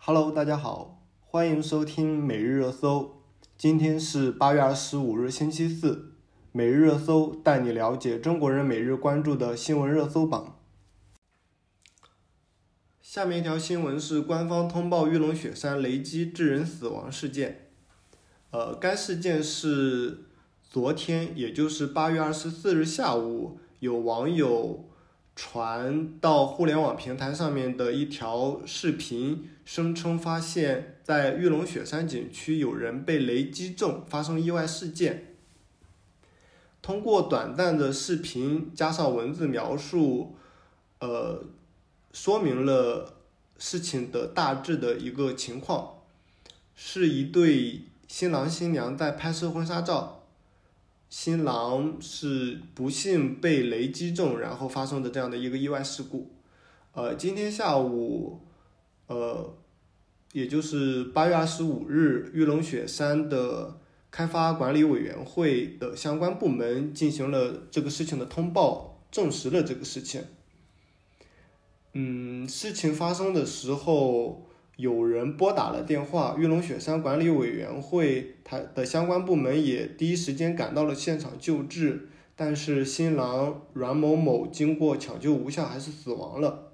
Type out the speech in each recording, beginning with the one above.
Hello，大家好，欢迎收听每日热搜。今天是8月25日，星期四。每日热搜带你了解中国人每日关注的新闻热搜榜。下面一条新闻是官方通报玉龙雪山雷击致人死亡事件。该事件是昨天，也就是8月24日下午，有网友传到互联网平台上面的一条视频，声称发现在玉龙雪山景区有人被雷击中，发生意外事件。通过短暂的视频加上文字描述，说明了事情的大致的一个情况，是一对新郎新娘在拍摄婚纱照，新郎是不幸被雷击中，然后发生的这样的一个意外事故。今天下午，也就是8月25日，玉龙雪山的开发管理委员会的相关部门进行了这个事情的通报，证实了这个事情。事情发生的时候，有人拨打了电话，玉龙雪山管理委员会它的相关部门也第一时间赶到了现场救治，但是新郎阮某某经过抢救无效还是死亡了。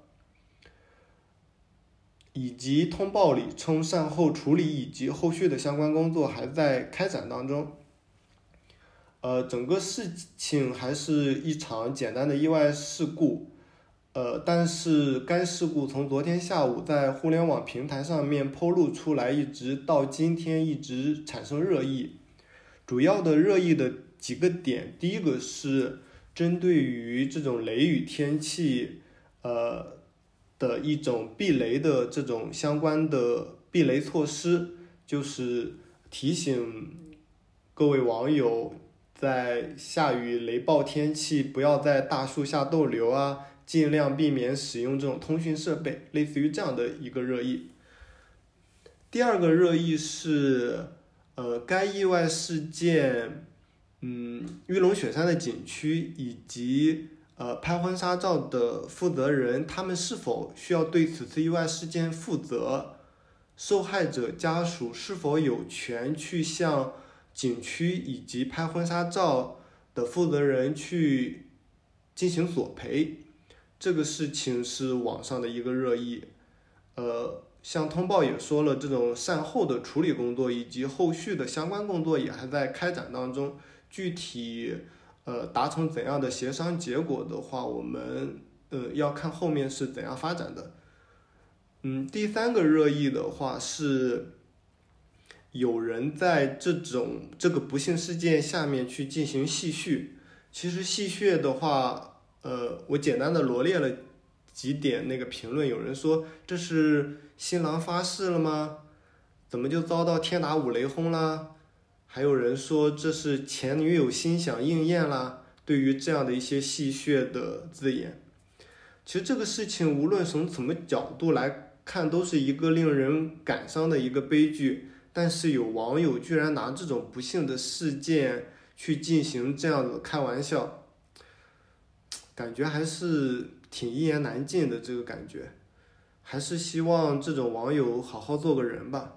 以及通报里称善后处理以及后续的相关工作还在开展当中。整个事情还是一场简单的意外事故。但是该事故从昨天下午在互联网平台上面披露出来，一直到今天一直产生热议。主要的热议的几个点，第一个是针对于这种雷雨天气的一种避雷的这种相关的避雷措施，就是提醒各位网友在下雨雷暴天气不要在大树下逗留啊，尽量避免使用这种通讯设备，类似于这样的一个热议。第二个热议是该意外事件玉龙雪山的景区以及拍婚纱照的负责人，他们是否需要对此次意外事件负责？受害者家属是否有权去向景区以及拍婚纱照的负责人去进行索赔？这个事情是网上的一个热议。像通报也说了，这种善后的处理工作以及后续的相关工作也还在开展当中。具体达成怎样的协商结果的话，我们要看后面是怎样发展的。第三个热议的话是有人在这个不幸事件下面去进行戏谑。其实戏谑的话，我简单的罗列了几点那个评论。有人说这是新郎发誓了吗？怎么就遭到天打五雷轰啦？还有人说这是前女友心想应验啦。对于这样的一些戏谑的字眼，其实这个事情无论从什么角度来看都是一个令人感伤的一个悲剧，但是有网友居然拿这种不幸的事件去进行这样的开玩笑，感觉还是挺一言难尽的。这个感觉还是希望这种网友好好做个人吧。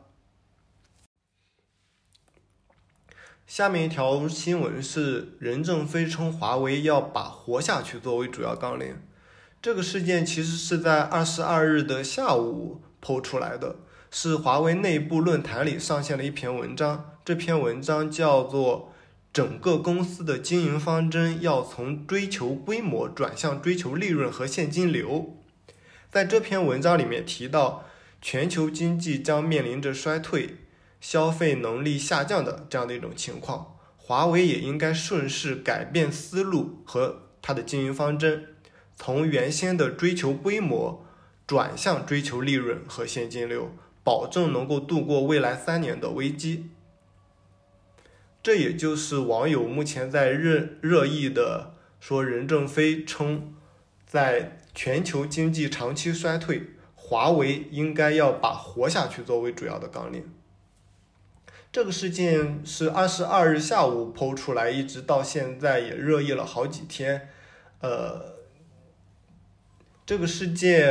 下面一条新闻是任正非称华为要把活下去作为主要纲领。这个事件其实是在22日的下午抛出来的，是华为内部论坛里上线了一篇文章。这篇文章叫做整个公司的经营方针要从追求规模转向追求利润和现金流。在这篇文章里面提到，全球经济将面临着衰退、消费能力下降的这样的一种情况，华为也应该顺势改变思路和它的经营方针，从原先的追求规模转向追求利润和现金流，保证能够度过未来3年的危机。这也就是网友目前在热议的说，任正非称在全球经济长期衰退，华为应该要把活下去作为主要的纲领。这个事件是22日下午抛出来，一直到现在也热议了好几天。这个事件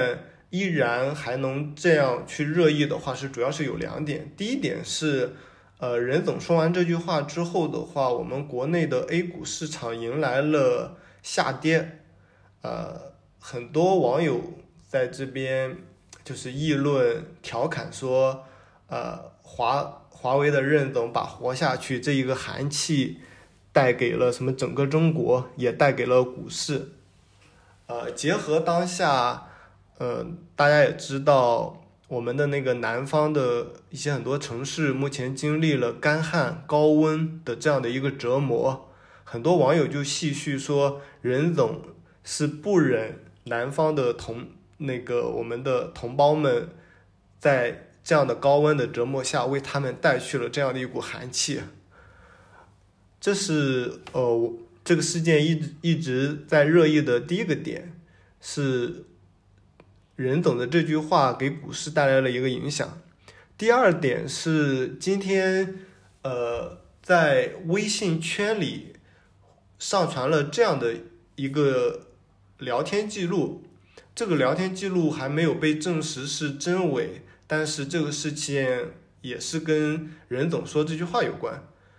依然还能这样去热议的话，主要是有2点。第一点是，任总说完这句话之后的话，我们国内的 A 股市场迎来了下跌，很多网友在这边就是议论调侃说，华为的任总把活下去这一个寒气带给了什么整个中国，也带给了股市。结合当下，大家也知道，我们的那个南方的一些很多城市目前经历了干旱、高温的这样的一个折磨，很多网友就戏谑说，任总是不忍南方的我们的同胞们在这样的高温的折磨下，为他们带去了这样的一股寒气。这是这个事件一直在热议的第一个点，是任总的这句话给股市带来了一个影响。第二点是今天在微信圈里上传了这样的一个聊天记录，这个聊天记录还没有被证实是真伪，但是这个事情也是跟任总说这句话有关。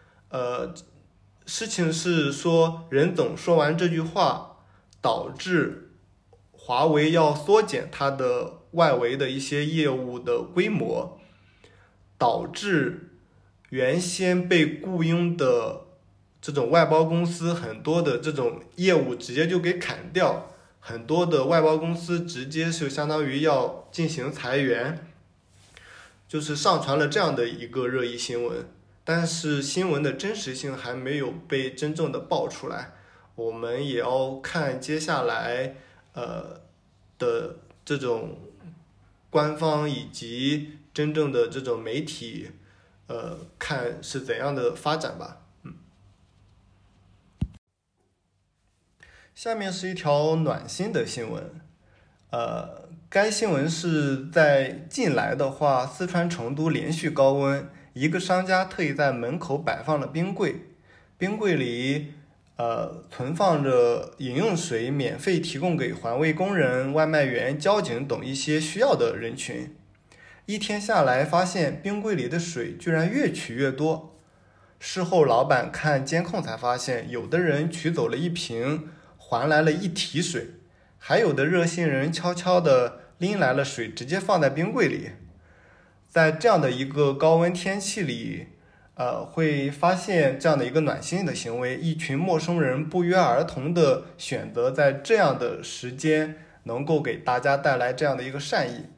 事情是说，任总说完这句话，导致华为要缩减它的外围的一些业务的规模，导致原先被雇佣的这种外包公司很多的这种业务直接就给砍掉，很多的外包公司直接是相当于要进行裁员，就是上传了这样的一个热议新闻。但是新闻的真实性还没有被真正的爆出来，我们也要看接下来的这种官方以及真正的这种媒体看是怎样的发展吧。下面是一条暖心的新闻，该新闻是在近来的话，四川成都连续高温，一个商家特意在门口摆放了冰柜，冰柜里存放着饮用水，免费提供给环卫工人、外卖员、交警等一些需要的人群。一天下来，发现冰柜里的水居然越取越多。事后老板看监控才发现，有的人取走了1瓶，还来了1提水，还有的热心人悄悄地拎来了水，直接放在冰柜里。在这样的一个高温天气里，会发现这样的一个暖心的行为，一群陌生人不约而同的选择在这样的时间能够给大家带来这样的一个善意。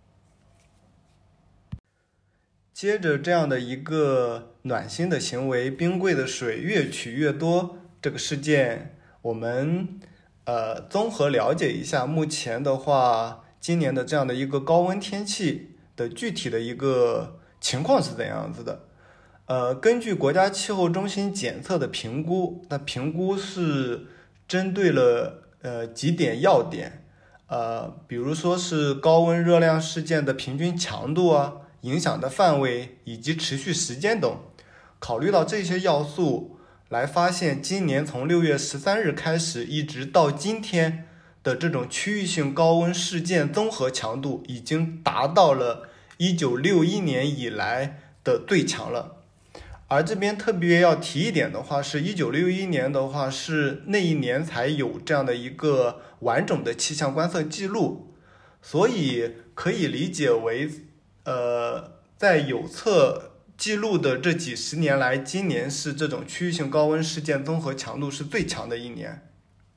接着这样的一个暖心的行为，冰柜的水越取越多，这个事件我们综合了解一下，目前的话今年的这样的一个高温天气的具体的一个情况是怎样子的。根据国家气候中心检测的评估，那评估是针对了几点要点，比如说是高温热量事件的平均强度啊，影响的范围以及持续时间等。考虑到这些要素来发现，今年从6月13日开始一直到今天的这种区域性高温事件综合强度已经达到了1961年以来的最强了。而这边特别要提一点的话，是1961年的话是那一年才有这样的一个完整的气象观测记录，所以可以理解为在有测记录的这几十年来，今年是这种区域性高温事件综合强度是最强的一年。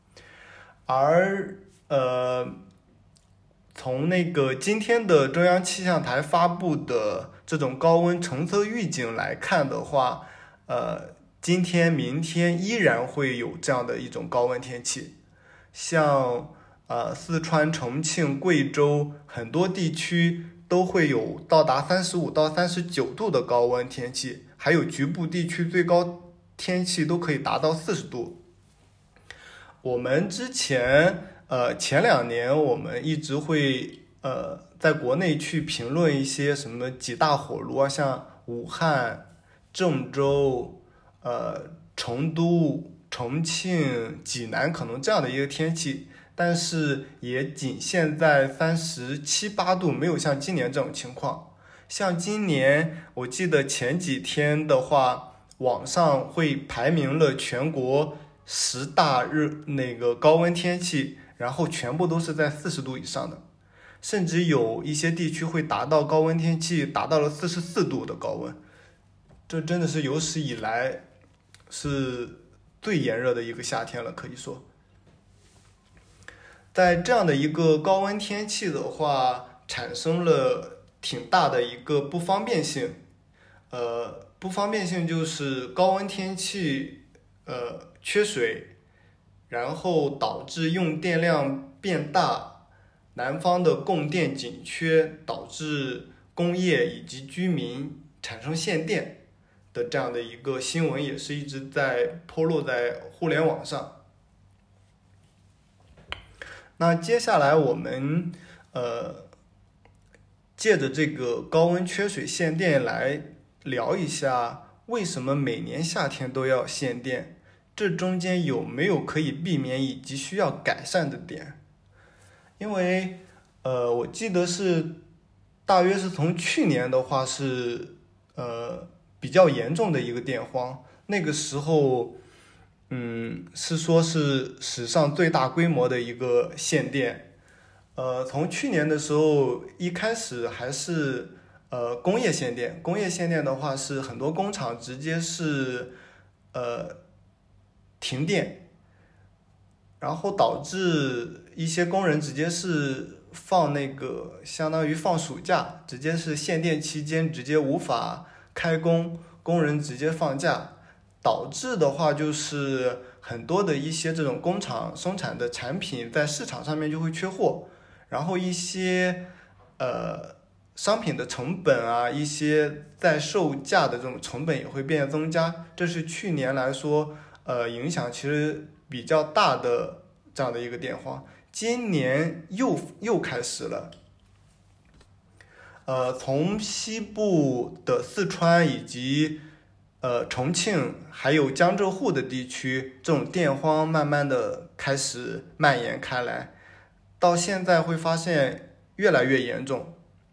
而从那个今天的中央气象台发布的这种高温橙色预警来看的话，今天明天依然会有这样的一种高温天气，像四川、重庆、贵州很多地区都会有到达35到39度的高温天气，还有局部地区最高天气都可以达到40度。我们之前前2年我们一直会在国内去评论一些什么几大火炉啊，像武汉、郑州、成都、重庆、济南可能这样的一个天气， 但是也仅限在37、8度，没有像今年这种情况。像今年我记得前几天的话，网上会排名了全国10大高温天气，然后全部都是在40度以上的，甚至有一些地区会达到高温天气达到了44度的高温，这真的是有史以来是最炎热的一个夏天了，可以说。在这样的一个高温天气的话，产生了挺大的一个不方便性。不方便性就是高温天气，缺水，然后导致用电量变大，南方的供电紧缺，导致工业以及居民产生限电的这样的一个新闻，也是一直在披露在互联网上。那接下来我们借着这个高温缺水限电来聊一下，为什么每年夏天都要限电，这中间有没有可以避免以及需要改善的点。因为我记得大约是从去年的话是比较严重的一个电荒，那个时候是说是史上最大规模的一个限电。从去年的时候一开始还是工业限电，工业限电的话是很多工厂直接是停电，然后导致一些工人直接是放相当于放暑假，直接是限电期间直接无法开工，工人直接放假，导致的话就是很多的一些这种工厂生产的产品在市场上面就会缺货，然后一些商品的成本啊，一些在售价的这种成本也会变增加，这是去年来说影响其实比较大的这样的一个电荒。今年又开始了，从西部的四川以及重庆还有江浙沪的地区，这种电荒慢慢的开始蔓延开来，到现在会发现越来越严重。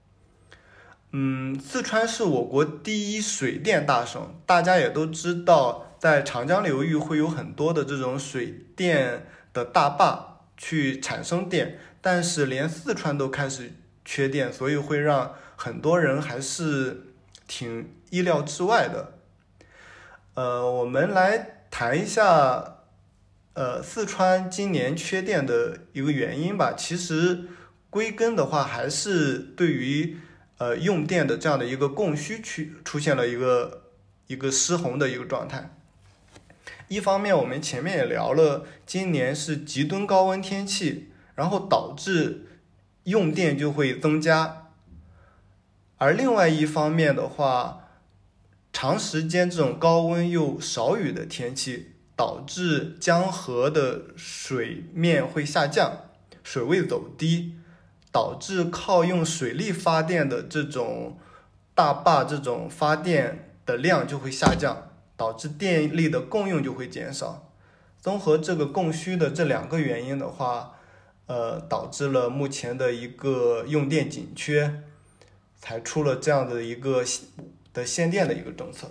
四川是我国第一水电大省，大家也都知道，在长江流域会有很多的这种水电的大坝去产生电，但是连四川都开始缺电，所以会让很多人还是挺意料之外的。我们来谈一下四川今年缺电的一个原因吧。其实归根的话还是对于用电的这样的一个供需出现了一个失衡的一个状态。一方面我们前面也聊了，今年是极端高温天气，然后导致用电就会增加，而另外一方面的话，长时间这种高温又少雨的天气，导致江河的水面会下降，水位走低，导致靠用水力发电的这种大坝这种发电的量就会下降，导致电力的供用就会减少。综合这个供需的这两个原因的话，导致了目前的一个用电紧缺，才出了这样的一个限电的一个政策。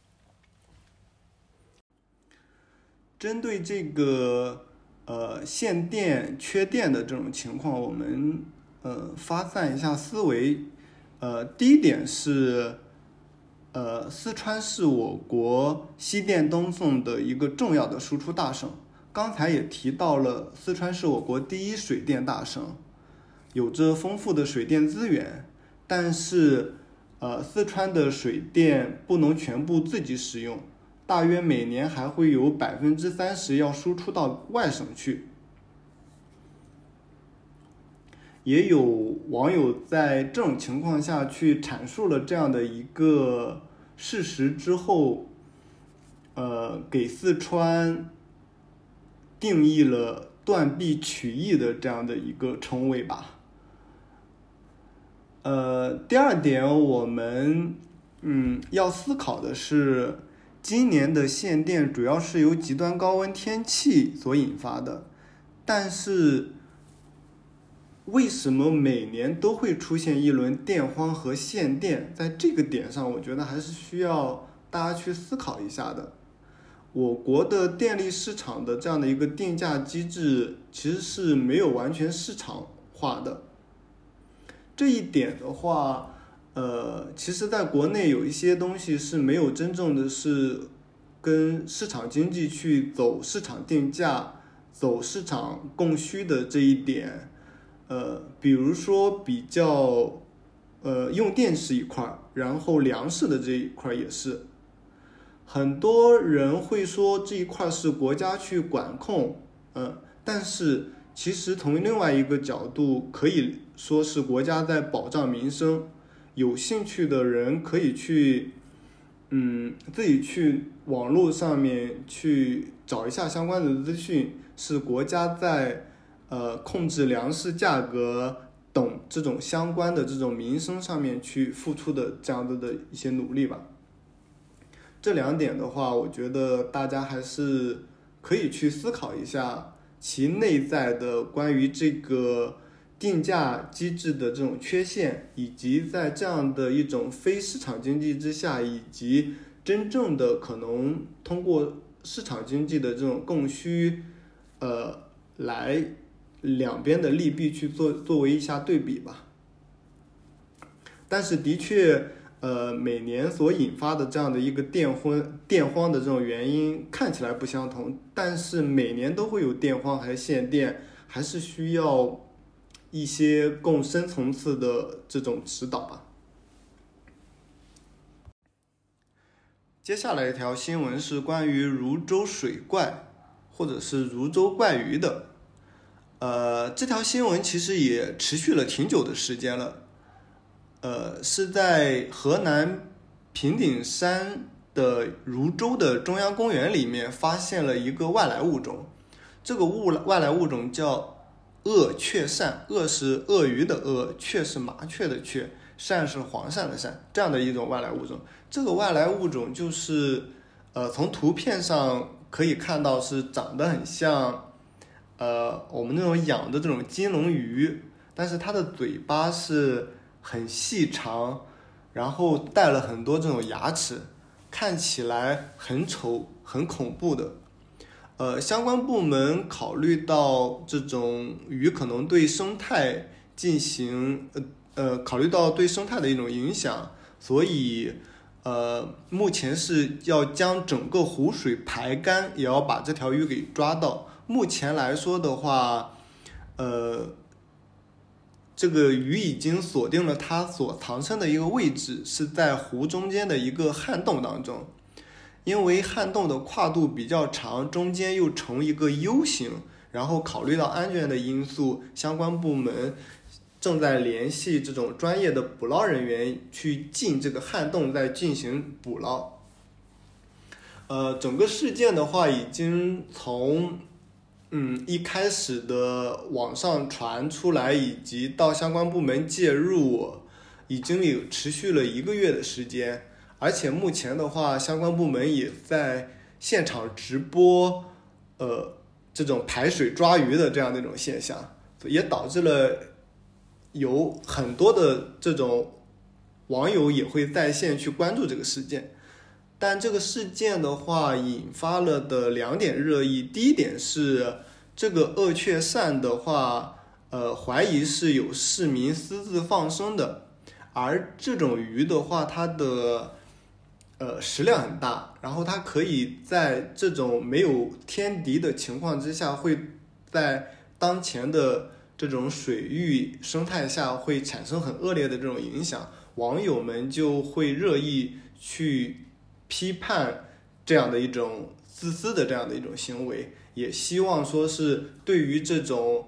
针对这个限电缺电的这种情况，我们发散一下思维。第一点是四川是我国西电东送的一个重要的输出大省。刚才也提到了，四川是我国第一水电大省，有着丰富的水电资源，但是四川的水电不能全部自己使用，大约每年还会有30%要输出到外省去。也有网友在这种情况下去阐述了这样的一个事实之后，给四川定义了断臂取义的这样的一个称谓吧。第二点，我们要思考的是，今年的限电主要是由极端高温天气所引发的，但是为什么每年都会出现一轮电荒和限电？在这个点上，我觉得还是需要大家去思考一下的。我国的电力市场的这样的一个定价机制，其实是没有完全市场化的。这一点的话，其实在国内有一些东西是没有真正的是跟市场经济去走市场定价、走市场供需的这一点。比如说比较，用电是一块，然后粮食的这一块也是。很多人会说这一块是国家去管控，但是其实从另外一个角度可以说是国家在保障民生。有兴趣的人可以去，自己去网络上面去找一下相关的资讯，是国家在控制粮食价格等这种相关的这种民生上面去付出的这样子的一些努力吧。这两点的话，我觉得大家还是可以去思考一下其内在的关于这个定价机制的这种缺陷，以及在这样的一种非市场经济之下，以及真正的可能通过市场经济的这种供需，来两边的利弊去作为一下对比吧。但是的确，每年所引发的这样的一个电荒的这种原因看起来不相同，但是每年都会有电荒还限电，还是需要一些更深层次的这种指导吧。接下来一条新闻是关于泸州水怪或者是泸州怪鱼的。这条新闻其实也持续了挺久的时间了。是在河南平顶山的泸州的中央公园里面发现了一个外来物种。这个外来物种叫鳄雀鳝，鳄是鳄鱼的鳄，雀是麻雀的雀，鳝是黄鳝的鳝，这样的一种外来物种。这个外来物种就是从图片上可以看到是长得很像我们那种养的这种金龙鱼，但是它的嘴巴是很细长，然后带了很多这种牙齿，看起来很丑很恐怖的。相关部门考虑到这种鱼可能对生态进行考虑到对生态的一种影响，所以目前是要将整个湖水排干，也要把这条鱼给抓到。目前来说的话，这个鱼已经锁定了它所藏身的一个位置，是在湖中间的一个旱洞当中。因为旱洞的跨度比较长，中间又呈一个 U 型，然后考虑到安全的因素，相关部门正在联系这种专业的捕捞人员去进这个旱洞再进行捕捞。整个事件的话已经从一开始的网上传出来，以及到相关部门介入，已经有持续了1个月的时间。而且目前的话，相关部门也在现场直播，这种排水抓鱼的这样的一种现象，也导致了有很多的这种网友也会在线去关注这个事件。但这个事件的话，引发了的2点热议。第一点是这个鳄雀鳝的话，怀疑是有市民私自放生的，而这种鱼的话，它的食量很大，然后它可以在这种没有天敌的情况之下，会在当前的这种水域生态下会产生很恶劣的这种影响，网友们就会热议去批判这样的一种自私的这样的一种行为，也希望说是对于这种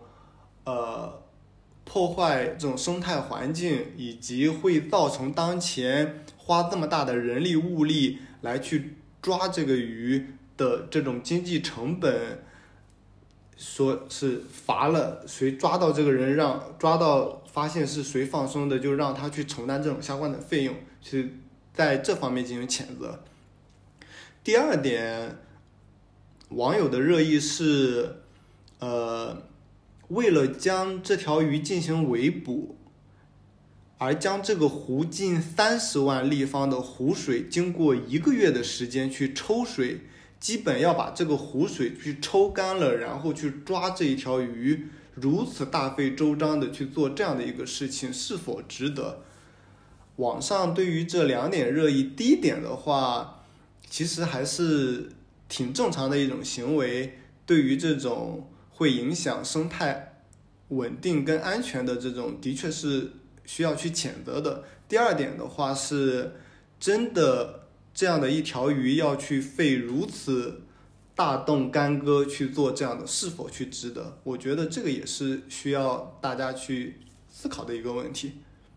破坏这种生态环境，以及会造成当前花这么大的人力物力来去抓这个鱼的这种经济成本，说是罚了谁抓到这个人，让抓到发现是谁放生的，就让他去承担这种相关的费用，是在这方面进行谴责。第二点，网友的热议是为了将这条鱼进行围捕，而将这个湖近30万立方的湖水经过1个月的时间去抽水，基本要把这个湖水去抽干了，然后去抓这一条鱼，如此大费周章的去做这样的一个事情，是否值得？网上对于这2点热议，第一点的话，其实还是挺正常的一种行为，对于这种会影响生态稳定跟安全的这种，的确是需要去谴责的。第二点的话是，真的这样的一条鱼要去费如此大动干戈去做这样的，是否去值得？我觉得这个也是需要大家去思考的一个问题。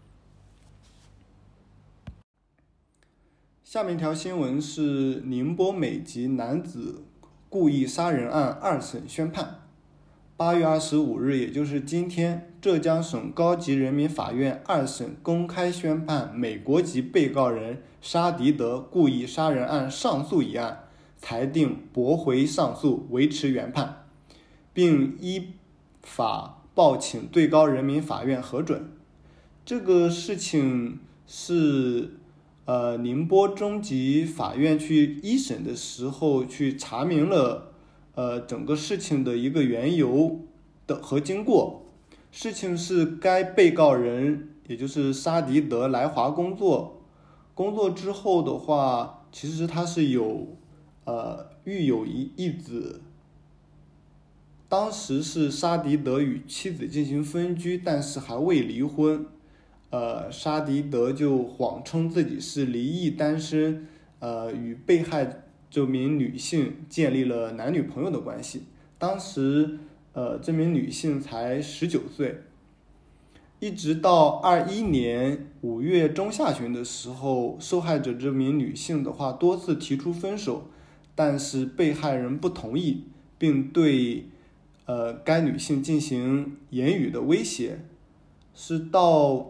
下面一条新闻是宁波美籍男子故意杀人案2审宣判。8月25日，也就是今天，浙江省高级人民法院2审公开宣判美国籍被告人沙迪德故意杀人案上诉一案，裁定驳回上诉，维持原判，并依法报请最高人民法院核准。这个事情是宁波中级法院去1审的时候去查明了整个事情的一个缘由的和经过。事情是该被告人也就是沙迪德来华工作之后的话，其实他是育有一子，当时是沙迪德与妻子进行分居，但是还未离婚。沙迪德就谎称自己是离异单身，与被害这名女性建立了男女朋友的关系。当时，这名女性才19岁。一直到21年5月中下旬的时候，受害者这名女性的话多次提出分手，但是被害人不同意，并对该女性进行言语的威胁。是到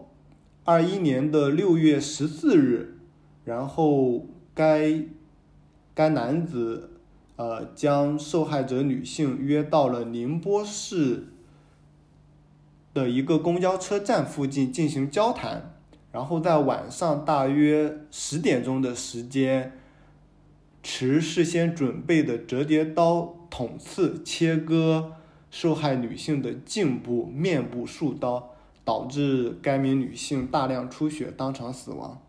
21年的6月14日，然后该男子将受害者女性约到了宁波市的一个公交车站附近进行交谈，然后在晚上大约10点钟的时间，持事先准备的折叠刀捅刺切割受害女性的颈部、面部数刀，导致该名女性大量出血，当场死亡。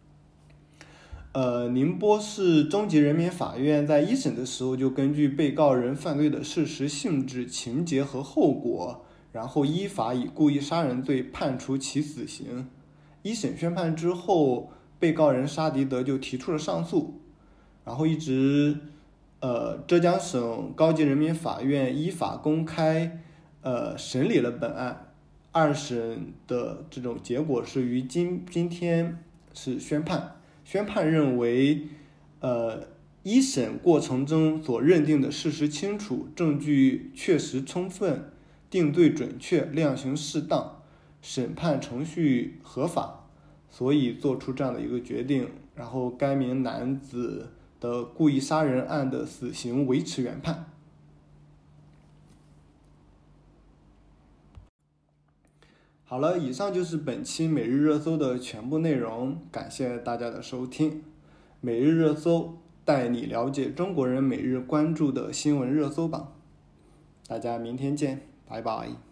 宁波市中级人民法院在1审的时候就根据被告人犯罪的事实、性质、情节和后果，然后依法以故意杀人罪判处其死刑。1审宣判之后，被告人沙迪德就提出了上诉，然后一直浙江省高级人民法院依法公开审理了本案。2审的这种结果是于今天是宣判认为1审过程中所认定的事实清楚，证据确实充分，定罪准确，量刑适当，审判程序合法，所以做出这样的一个决定，然后该名男子的故意杀人案的死刑维持原判。好了，以上就是本期每日热搜的全部内容，感谢大家的收听。每日热搜带你了解中国人每日关注的新闻热搜榜，大家明天见，拜拜。